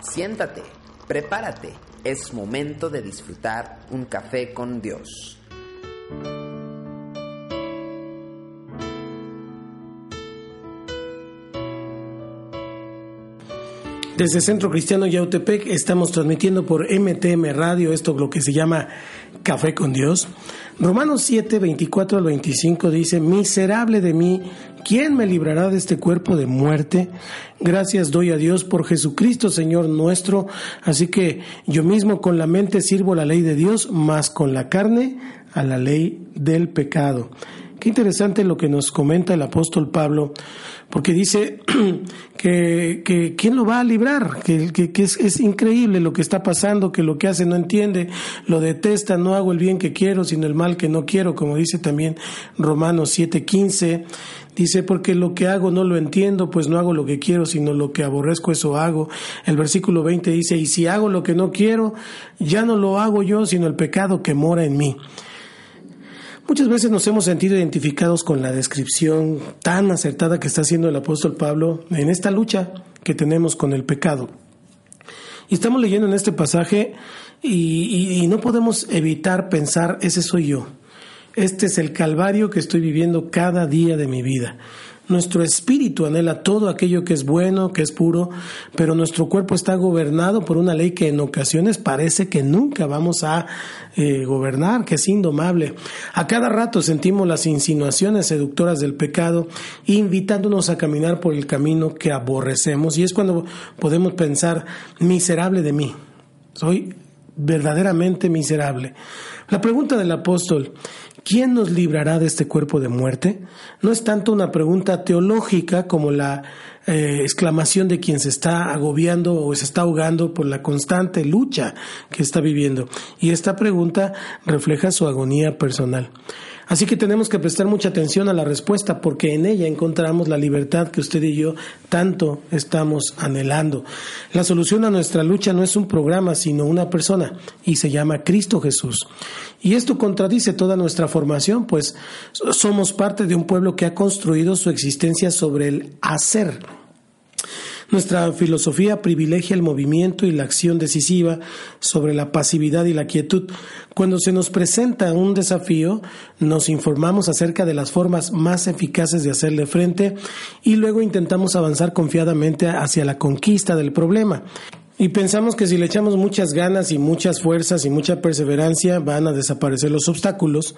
Siéntate, prepárate, es momento de disfrutar un café con Dios. Desde Centro Cristiano Yautepec estamos transmitiendo por MTM Radio, esto lo que se llama Café con Dios. Romanos 7, 24 al 25 dice: miserable de mí, ¿quién me librará de este cuerpo de muerte? Gracias doy a Dios por Jesucristo, Señor nuestro. Así que yo mismo con la mente sirvo la ley de Dios, mas con la carne a la ley del pecado. Qué interesante lo que nos comenta el apóstol Pablo, porque dice que ¿quién lo va a librar? Que es increíble lo que está pasando, que lo que hace no entiende, lo detesta, no hago el bien que quiero, sino el mal que no quiero, como dice también Romanos 7:15. Dice, porque lo que hago no lo entiendo, pues no hago lo que quiero, sino lo que aborrezco, eso hago. El versículo 20 dice, y si hago lo que no quiero, ya no lo hago yo, sino el pecado que mora en mí. Muchas veces nos hemos sentido identificados con la descripción tan acertada que está haciendo el apóstol Pablo en esta lucha que tenemos con el pecado. Y estamos leyendo en este pasaje y no podemos evitar pensar, ese soy yo. Este es el calvario que estoy viviendo cada día de mi vida. Nuestro espíritu anhela todo aquello que es bueno, que es puro, pero nuestro cuerpo está gobernado por una ley que en ocasiones parece que nunca vamos a gobernar, que es indomable. A cada rato sentimos las insinuaciones seductoras del pecado, invitándonos a caminar por el camino que aborrecemos, y es cuando podemos pensar, miserable de mí, soy verdaderamente miserable. La pregunta del apóstol, ¿quién nos librará de este cuerpo de muerte? No es tanto una pregunta teológica como la exclamación de quien se está agobiando o se está ahogando por la constante lucha que está viviendo. Y esta pregunta refleja su agonía personal. Así que tenemos que prestar mucha atención a la respuesta, porque en ella encontramos la libertad que usted y yo tanto estamos anhelando. La solución a nuestra lucha no es un programa, sino una persona, y se llama Cristo Jesús. Y esto contradice toda nuestra formación, pues somos parte de un pueblo que ha construido su existencia sobre el hacer. Nuestra filosofía privilegia el movimiento y la acción decisiva sobre la pasividad y la quietud. Cuando se nos presenta un desafío, nos informamos acerca de las formas más eficaces de hacerle frente y luego intentamos avanzar confiadamente hacia la conquista del problema. Y pensamos que si le echamos muchas ganas y muchas fuerzas y mucha perseverancia van a desaparecer los obstáculos.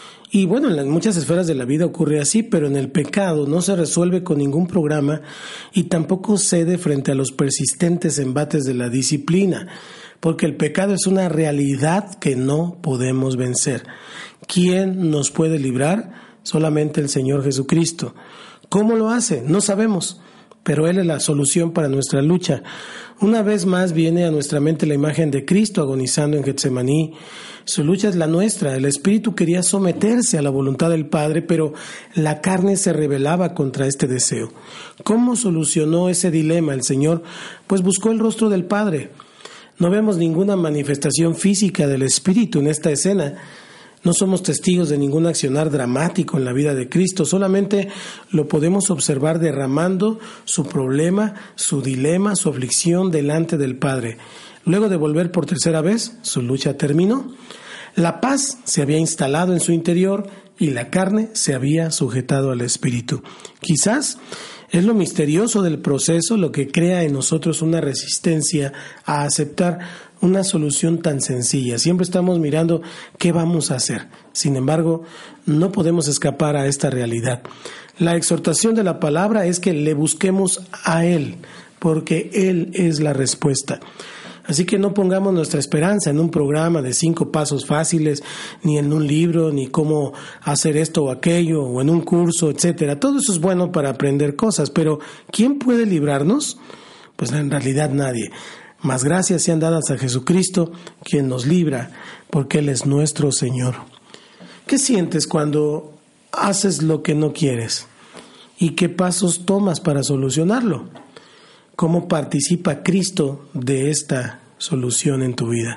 Y bueno, en muchas esferas de la vida ocurre así, pero en el pecado no se resuelve con ningún programa y tampoco cede frente a los persistentes embates de la disciplina, porque el pecado es una realidad que no podemos vencer. ¿Quién nos puede librar? Solamente el Señor Jesucristo. ¿Cómo lo hace? No sabemos, pero Él es la solución para nuestra lucha. Una vez más viene a nuestra mente la imagen de Cristo agonizando en Getsemaní. Su lucha es la nuestra. El Espíritu quería someterse a la voluntad del Padre, pero la carne se rebelaba contra este deseo. ¿Cómo solucionó ese dilema el Señor? Pues buscó el rostro del Padre. No vemos ninguna manifestación física del Espíritu en esta escena. No somos testigos de ningún accionar dramático en la vida de Cristo, solamente lo podemos observar derramando su problema, su dilema, su aflicción delante del Padre. Luego de volver por tercera vez, su lucha terminó. La paz se había instalado en su interior y la carne se había sujetado al Espíritu. Quizás es lo misterioso del proceso lo que crea en nosotros una resistencia a aceptar una solución tan sencilla. Siempre estamos mirando qué vamos a hacer. Sin embargo, no podemos escapar a esta realidad. La exhortación de la palabra es que le busquemos a Él, porque Él es la respuesta. Así que no pongamos nuestra esperanza en un programa de 5 pasos fáciles, ni en un libro, ni cómo hacer esto o aquello, o en un curso, etcétera. Todo eso es bueno para aprender cosas, pero ¿quién puede librarnos? Pues en realidad nadie. Mas gracias sean dadas a Jesucristo, quien nos libra, porque Él es nuestro Señor. ¿Qué sientes cuando haces lo que no quieres? ¿Y qué pasos tomas para solucionarlo? ¿Cómo participa Cristo de esta solución en tu vida?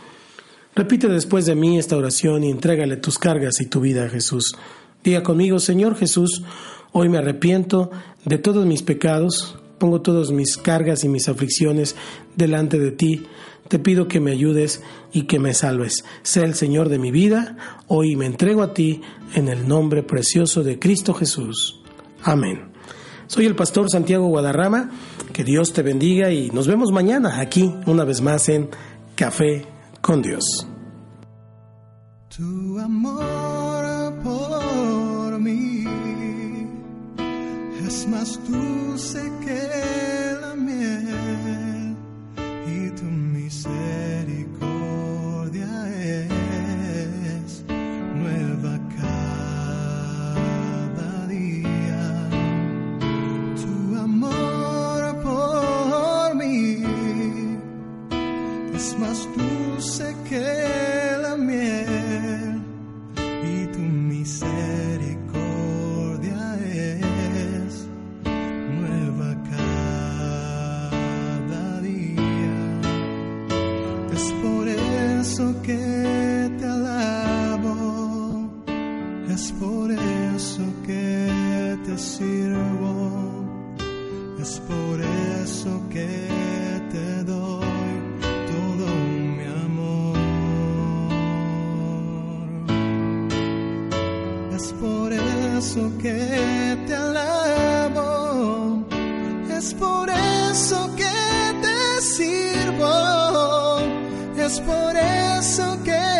Repite después de mí esta oración y entrégale tus cargas y tu vida a Jesús. Diga conmigo: Señor Jesús, hoy me arrepiento de todos mis pecados, Pongo todas mis cargas y mis aflicciones delante de ti. Te pido que me ayudes y que me salves. Sé el Señor de mi vida. Hoy me entrego a ti en el nombre precioso de Cristo Jesús. Amén. Soy el pastor Santiago Guadarrama. Que Dios te bendiga y nos vemos mañana aquí una vez más en Café con Dios. Tu amor por mí es más dulce que la miel y tu misericordia es nueva cada día. Tu amor por mí es más dulce que la miel y tu misericordia es nueva cada día. Es por eso que te alabo, es por eso que te sirvo, es por eso que te doy todo mi amor. Es por eso que te alabo, es por eso que te sirvo, es por eso que